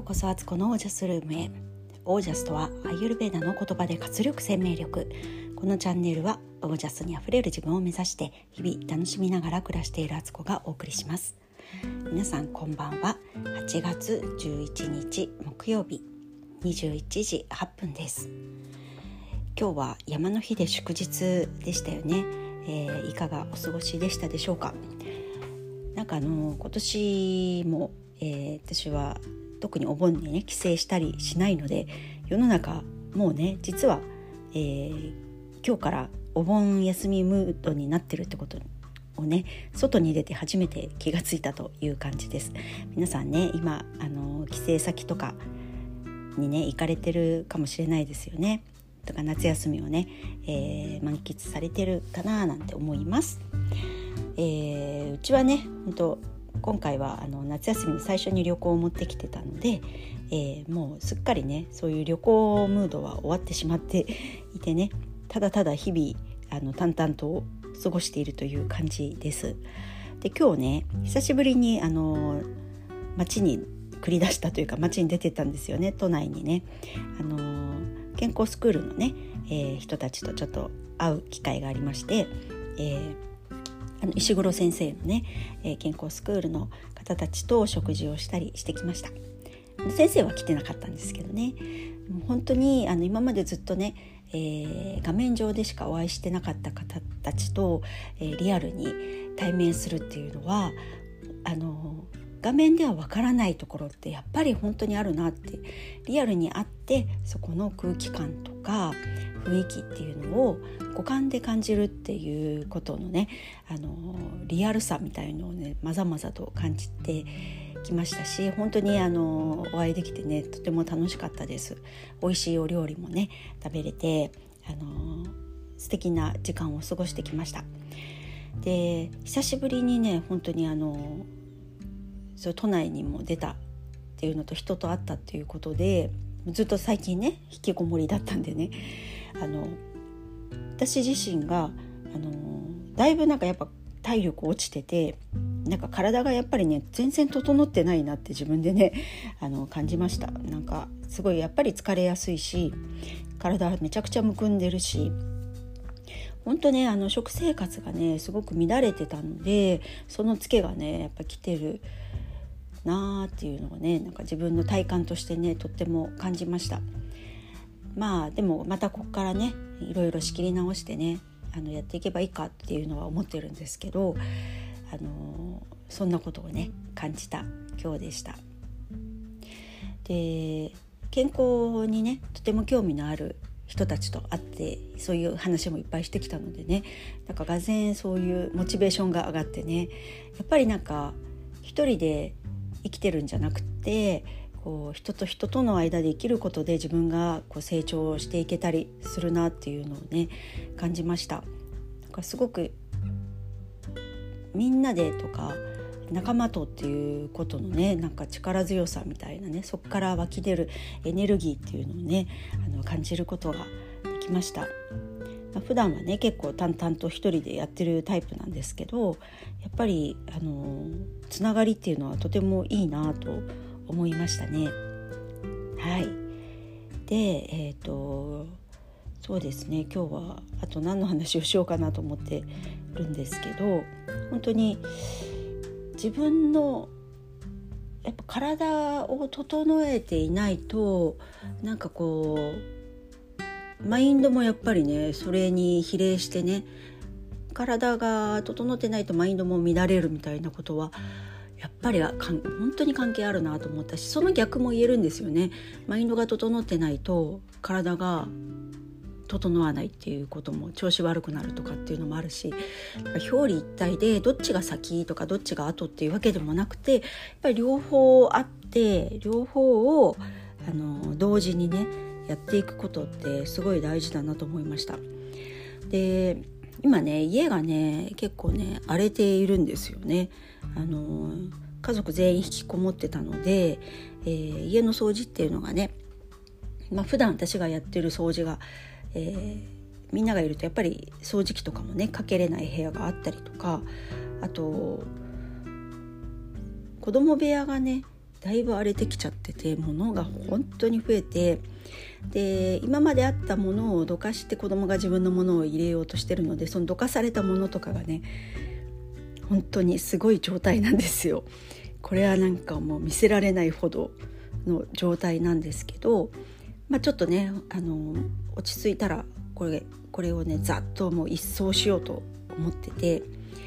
うこそアツコのオージャスルームへ。オージャスとはアーユルヴェーダの言葉で活力生命力。このチャンネルはオージャスにあふれる自分を目指して日々楽しみながら暮らしているアツコがお送りします。皆さんこんばんは。8月11日木曜日21時8分です。今日は山の日で祝日でしたよね。いかがお過ごしでしたでしょうか。なんか今年も、私は特にお盆にね帰省したりしないので、世の中もうね実は、今日からお盆休みムードになってるってことをね外に出て初めて気がついたという感じです。皆さんね今帰省先とかにね行かれてるかもしれないですよね。とか夏休みをね、満喫されてるかななんて思います。うちはね本当今回は夏休みの最初に旅行を持ってきてたので、もうすっかりねそういう旅行ムードは終わってしまっていてね、ただただ日々淡々と過ごしているという感じです。で今日ね久しぶりに街に繰り出したというか街に出てたんですよね。都内にね健康スクールのね、人たちとちょっと会う機会がありまして、石黒先生のね、健康スクールの方たちと食事をしたりしてきました。先生は来てなかったんですけどね、本当に今までずっとね、画面上でしかお会いしてなかった方たちと、リアルに対面するっていうのは画面ではわからないところってやっぱり本当にあるなって、リアルに会ってそこの空気感とか雰囲気っていうのを五感で感じるっていうことのねリアルさみたいのをねまざまざと感じてきましたし、本当にお会いできてねとても楽しかったです。美味しいお料理もね食べれて素敵な時間を過ごしてきました。で久しぶりにね本当にそう都内にも出たっていうのと人と会ったっていうことで、ずっと最近ね引きこもりだったんでね私自身がだいぶなんかやっぱ体力落ちてて、なんか体がやっぱりね全然整ってないなって自分でね感じました。なんかすごいやっぱり疲れやすいし、体めちゃくちゃむくんでるし、本当ね食生活がねすごく乱れてたので、そのツケがねやっぱ来てるなーっていうのをねなんか自分の体感としてねとっても感じました。まあでもまたここからねいろいろ仕切り直してねやっていけばいいかっていうのは思ってるんですけど、そんなことをね感じた今日でした。で健康にねとても興味のある人たちと会ってそういう話もいっぱいしてきたのでね、なんかがぜんそういうモチベーションが上がってね、やっぱりなんか一人で生きてるんじゃなくてこう人と人との間で生きることで自分がこう成長していけたりするなっていうのをね感じました。なんかすごくみんなでとか仲間とっていうことのねなんか力強さみたいなね、そこから湧き出るエネルギーっていうのをね感じることができました。普段はね結構淡々と一人でやってるタイプなんですけど、やっぱりつながりっていうのはとてもいいなと思いましたね。はい。でそうですね、今日はあと何の話をしようかなと思ってるんですけど、本当に自分のやっぱ体を整えていないとなんかこうマインドもやっぱりねそれに比例してね、体が整ってないとマインドも乱れるみたいなことはやっぱり本当に関係あるなと思ったし、その逆も言えるんですよね。マインドが整ってないと体が整わないっていうことも、調子悪くなるとかっていうのもあるし、表裏一体でどっちが先とかどっちが後っていうわけでもなくて、やっぱり両方あって両方を同時にねやっていくことってすごい大事だなと思いました。で今ね家がね結構ね荒れているんですよね。家族全員引きこもってたので、家の掃除っていうのがね、普段私がやってる掃除が、みんながいるとやっぱり掃除機とかもねかけれない部屋があったりとか、あと子供部屋がねだいぶ荒れてきちゃってて、物が本当に増えて、で今まであったものをどかして子供が自分のものを入れようとしてるので、そのどかされたものとかがね本当にすごい状態なんですよ。これはなんかもう見せられないほどの状態なんですけど、ちょっとね落ち着いたらこれをねざっともう一掃しようと思ってて、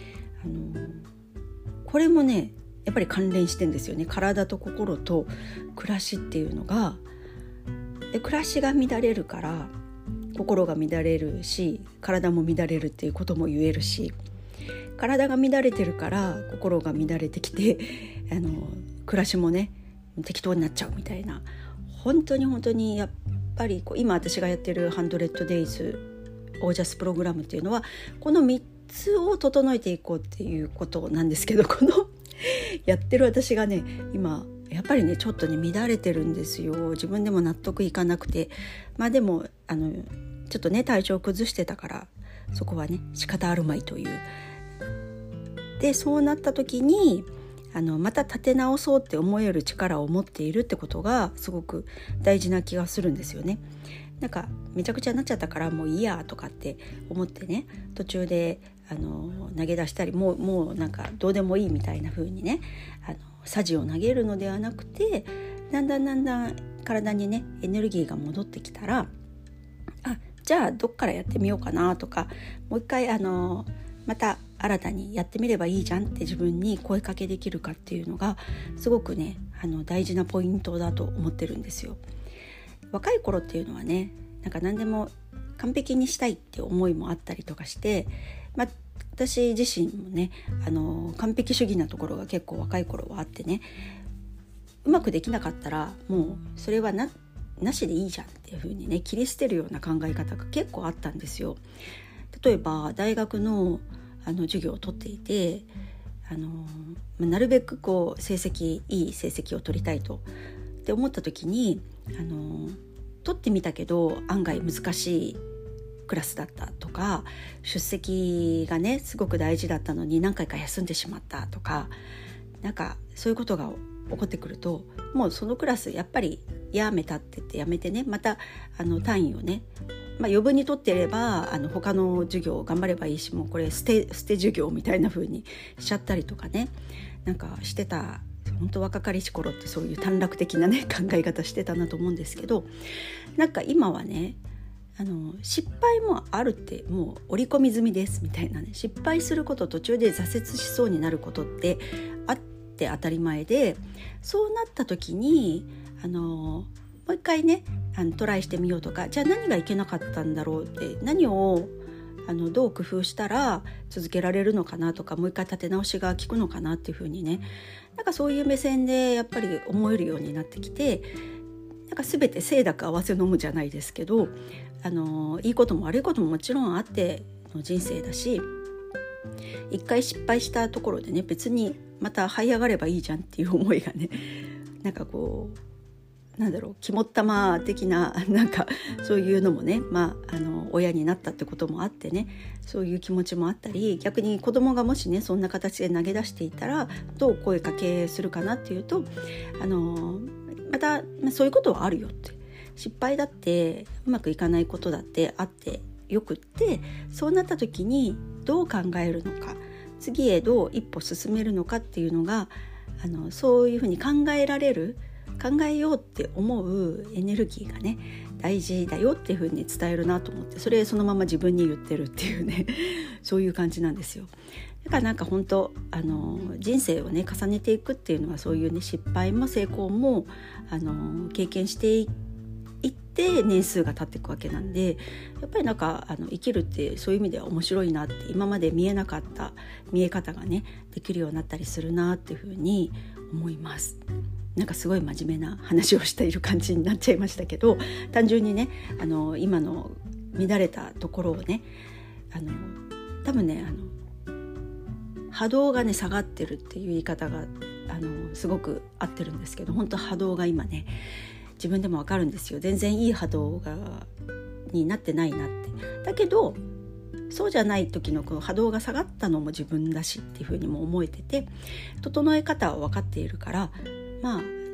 これもねやっぱり関連してんですよね。体と心と暮らしっていうのが、暮らしが乱れるから心が乱れるし、体も乱れるっていうことも言えるし、体が乱れてるから心が乱れてきて暮らしもね適当になっちゃうみたいな、本当にやっぱり今私がやってる100 days オージャスプログラムっていうのはこの3つを整えていこうっていうことなんですけど、このやってる私がね今やっぱりねちょっとね乱れてるんですよ。自分でも納得いかなくて、でもちょっとね体調崩してたからそこはね仕方あるまいという。でそうなった時にまた立て直そうって思える力を持っているってことがすごく大事な気がするんですよね。なんかめちゃくちゃになっちゃったからもういいやとかって思ってね、途中で投げ出したりもうなんかどうでもいいみたいな風にねさじを投げるのではなくて、だんだん体にねエネルギーが戻ってきたら、じゃあどっからやってみようかなとか、もう一回また新たにやってみればいいじゃんって自分に声かけできるかっていうのがすごくね大事なポイントだと思ってるんですよ。若い頃っていうのはねなんか何でも完璧にしたいって思いもあったりとかして、私自身もね完璧主義なところが結構若い頃はあってね、うまくできなかったらもうそれはなしでいいじゃんっていう風にね切り捨てるような考え方が結構あったんですよ。例えば大学の授業を取っていてなるべくいい成績を取りたいとって思った時に取ってみたけど案外難しいクラスだったとか、出席がねすごく大事だったのに何回か休んでしまったとか、なんかそういうことが起こってくると、もうそのクラスやっぱりやめたって言ってやめてね、また単位をね余分に取っていれば他の授業を頑張ればいいし、もうこれ捨て授業みたいな風にしちゃったりとかね、なんかしてた。本当若かりし頃ってそういう短絡的なね考え方してたなと思うんですけど、なんか今はね失敗もあるってもう織り込み済みですみたいなね、失敗すること途中で挫折しそうになることってあって当たり前で、そうなった時にもう一回ねトライしてみようとか、じゃあ何がいけなかったんだろうって、何をどう工夫したら続けられるのかなとか、もう一回立て直しが効くのかなっていう風にね、なんかそういう目線でやっぱり思えるようになってきて、なんか全て清濁合わせ飲むじゃないですけど、いいことも悪いことももちろんあっての人生だし、一回失敗したところでね別にまた這い上がればいいじゃんっていう思いがね、なんか肝っ玉的ななんかそういうのもね、親になったってこともあってね、そういう気持ちもあったり、逆に子供がもしねそんな形で投げ出していたらどう声かけするかなっていうと、またそういうことはあるよって、失敗だってうまくいかないことだってあってよくって、そうなった時にどう考えるのか、次へどう一歩進めるのかっていうのがそういうふうに考えようって思うエネルギーがね大事だよっていう風に伝えるなと思って、そのまま自分に言ってるっていうねそういう感じなんですよ。だからなんか本当人生をね重ねていくっていうのは、そういうね失敗も成功も経験していって年数が経っていくわけなんで、やっぱりなんか生きるってそういう意味では面白いなって、今まで見えなかった見え方がねできるようになったりするなっていう風に思います。なんかすごい真面目な話をしている感じになっちゃいましたけど、単純にね今の乱れたところをね多分ね波動がね下がってるっていう言い方がすごく合ってるんですけど、本当波動が今ね自分でもわかるんですよ。全然いい波動になってないなって。だけどそうじゃない時のこの波動が下がったのも自分だしっていうふうにも思えてて、整え方は分かっているから、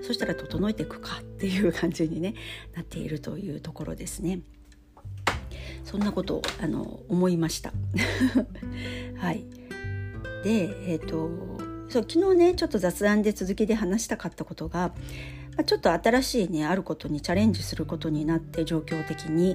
そしたら整えていくかっていう感じに、ね、なっているというところですね。そんなことを思いましたはい。で、そう昨日ねちょっと雑談で続きで話したかったことが、ちょっと新しいねあることにチャレンジすることになって、状況的に、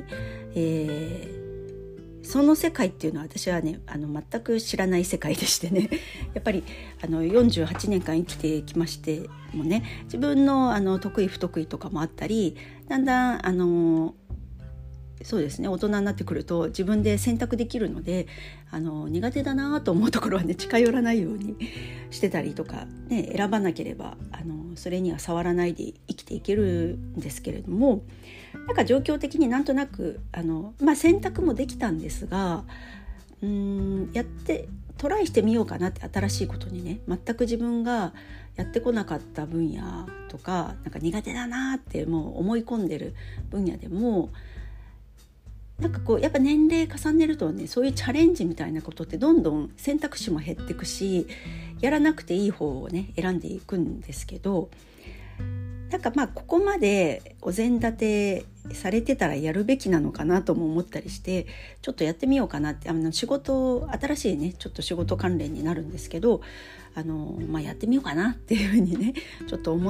その世界っていうのは私はね全く知らない世界でしてねやっぱり48年間生きてきましてもね、自分の得意不得意とかもあったり、だんだんそうですね、大人になってくると自分で選択できるので、苦手だなと思うところはね近寄らないようにしてたりとか、ね、選ばなければそれには触らないで生きていけるんですけれども、なんか状況的になんとなく選択もできたんですが、やってトライしてみようかなって、新しいことにね、全く自分がやってこなかった分野とか、なんか苦手だなってもう思い込んでる分野でも、なんかこうやっぱ年齢重ねるとね、そういうチャレンジみたいなことってどんどん選択肢も減っていくし、やらなくていい方をね選んでいくんですけど、なんかここまでお膳立てされてたらやるべきなのかなとも思ったりして、ちょっとやってみようかなって、仕事、新しいねちょっと仕事関連になるんですけど、やってみようかなっていうふうにねちょっと思って、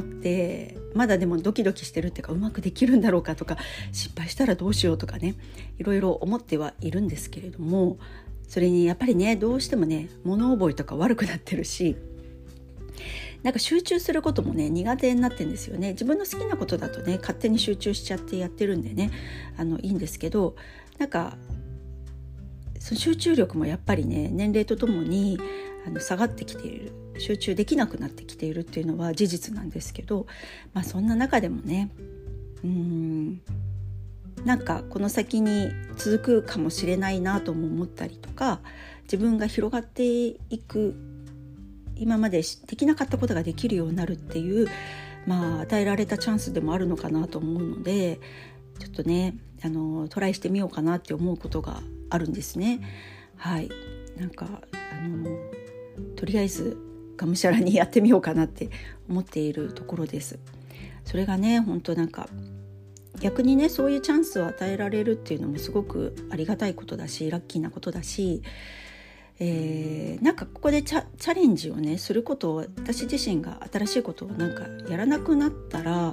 まだでもドキドキしてるっていうか、うまくできるんだろうかとか、失敗したらどうしようとかね、いろいろ思ってはいるんですけれども、それにやっぱりねどうしてもね物覚えとか悪くなってるし、なんか集中することもね苦手になってるんですよね。自分の好きなことだとね勝手に集中しちゃってやってるんでねいいんですけど、なんかその集中力もやっぱりね年齢とともに下がってきている、集中できなくなってきているっていうのは事実なんですけど、そんな中でもねなんかこの先に続くかもしれないなとも思ったりとか、自分が広がっていく、今までできなかったことができるようになるっていう、与えられたチャンスでもあるのかなと思うので、ちょっとねトライしてみようかなって思うことがあるんですね。はい。なんかとりあえずがむしゃらにやってみようかなって思っているところです。それがね本当なんか逆にねそういうチャンスを与えられるっていうのもすごくありがたいことだし、ラッキーなことだし、なんかここでチャレンジをねすることを、私自身が新しいことをなんかやらなくなったら、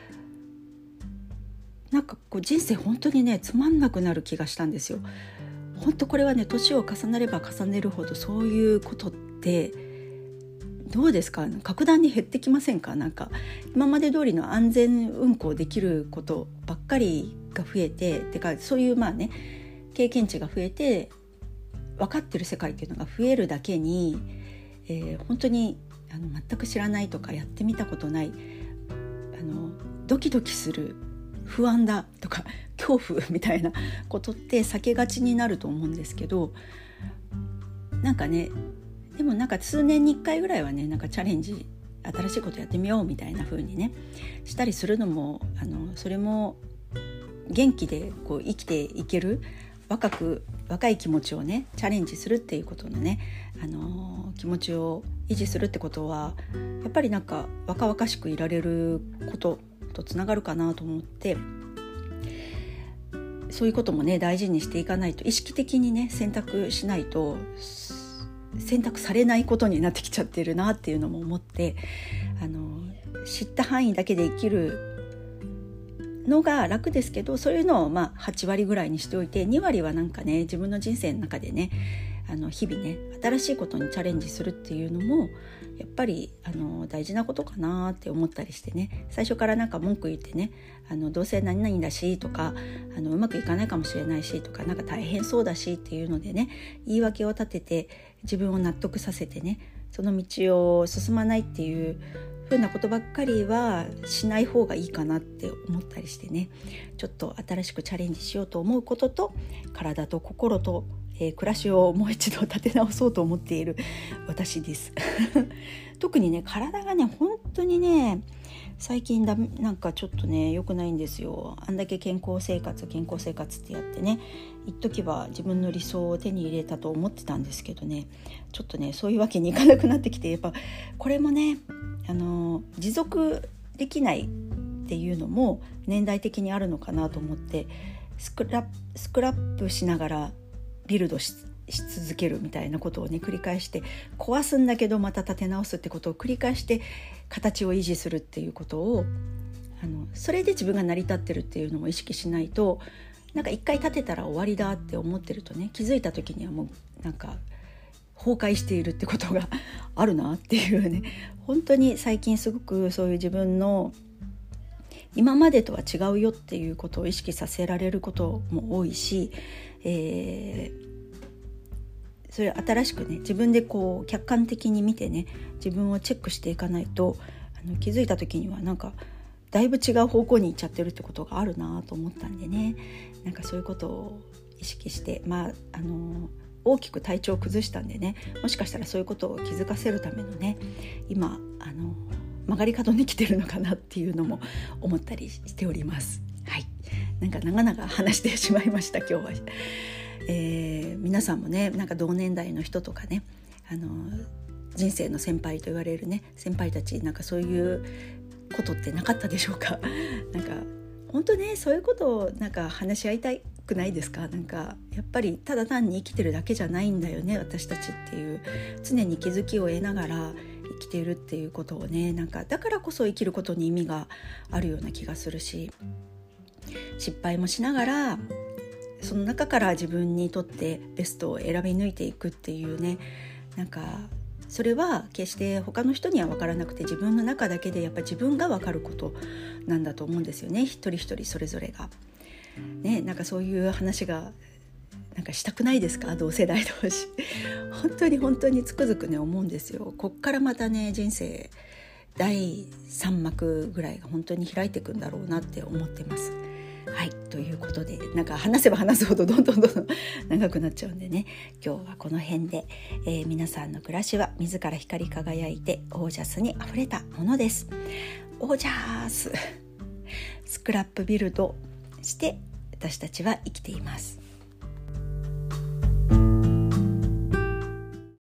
なんかこう人生本当にねつまんなくなる気がしたんですよ。本当これはね年を重ねれば重ねるほどそういうことってどうですか、格段に減ってきませんか。なんか今まで通りの安全運行できることばっかりが増えて、てかそういう経験値が増えて分かってる世界っていうのが増えるだけに、本当に全く知らないとかやってみたことないドキドキする、不安だとか恐怖みたいなことって避けがちになると思うんですけど、なんかねでもなんか数年に1回ぐらいはねなんかチャレンジ、新しいことやってみようみたいな風にねしたりするのもそれも元気でこう生きていける、若い気持ちをねチャレンジするっていうことのね、気持ちを維持するってことはやっぱりなんか若々しくいられることとつながるかなと思って、そういうこともね大事にしていかないと、意識的にね選択しないと選択されないことになってきちゃってるなっていうのも思って、知った範囲だけで生きるのが楽ですけど、そういうのを8割ぐらいにしておいて、2割はなんかね自分の人生の中でね日々ね新しいことにチャレンジするっていうのもやっぱり大事なことかなって思ったりしてね、最初からなんか文句言ってねどうせ何々だしとかうまくいかないかもしれないしとか、なんか大変そうだしっていうのでね言い訳を立てて自分を納得させてね、その道を進まないっていうふうなことばっかりはしない方がいいかなって思ったりしてね、ちょっと新しくチャレンジしようと思うことと、体と心と、暮らしをもう一度立て直そうと思っている私です特にね体がね本当にね最近なんかちょっとね良くないんですよ。あんだけ健康生活ってやってね、一時は自分の理想を手に入れたと思ってたんですけどね、ちょっとねそういうわけにいかなくなってきて、やっぱこれもね持続できないっていうのも年代的にあるのかなと思って、スクラップしながらビルドし続けるみたいなことをね繰り返して、壊すんだけどまた立て直すってことを繰り返して形を維持するっていうことをそれで自分が成り立ってるっていうのも意識しないと、なんか一回立てたら終わりだって思ってるとね、気づいた時にはもうなんか崩壊しているってことがあるなっていうね、本当に最近すごくそういう自分の今までとは違うよっていうことを意識させられることも多いし、それ新しくね自分でこう客観的に見てね自分をチェックしていかないと、気づいた時にはなんかだいぶ違う方向に行っちゃってるってことがあるなと思ったんでね、なんかそういうことを意識して、大きく体調を崩したんでね、もしかしたらそういうことを気づかせるためのね、今曲がり角に来てるのかなっていうのも思ったりしております。はい、なんか長々話してしまいました今日は。皆さんもね、なんか同年代の人とかね、人生の先輩と言われるね先輩たち、なんかそういうことってなかったでしょうか。なんか本当ね、そういうことをなんか話し合いたくないですか。なんかやっぱりただ単に生きてるだけじゃないんだよね私たちっていう、常に気づきを得ながら生きているっていうことをね、なんかだからこそ生きることに意味があるような気がするし、失敗もしながらその中から自分にとってベストを選び抜いていくっていうね、なんかそれは決して他の人には分からなくて、自分の中だけでやっぱり自分が分かることなんだと思うんですよね、一人一人それぞれがね。なんかそういう話がなんかしたくないですか、同世代同士。本当につくづくね思うんですよ。こっからまたね人生第3幕ぐらいが本当に開いていくんだろうなって思ってます。はい、ということで、なんか話せば話すほどどんどん長くなっちゃうんでね、今日はこの辺で、皆さんの暮らしは自ら光り輝いてオージャスにあふれたものです。オージャス、スクラップビルドして私たちは生きています。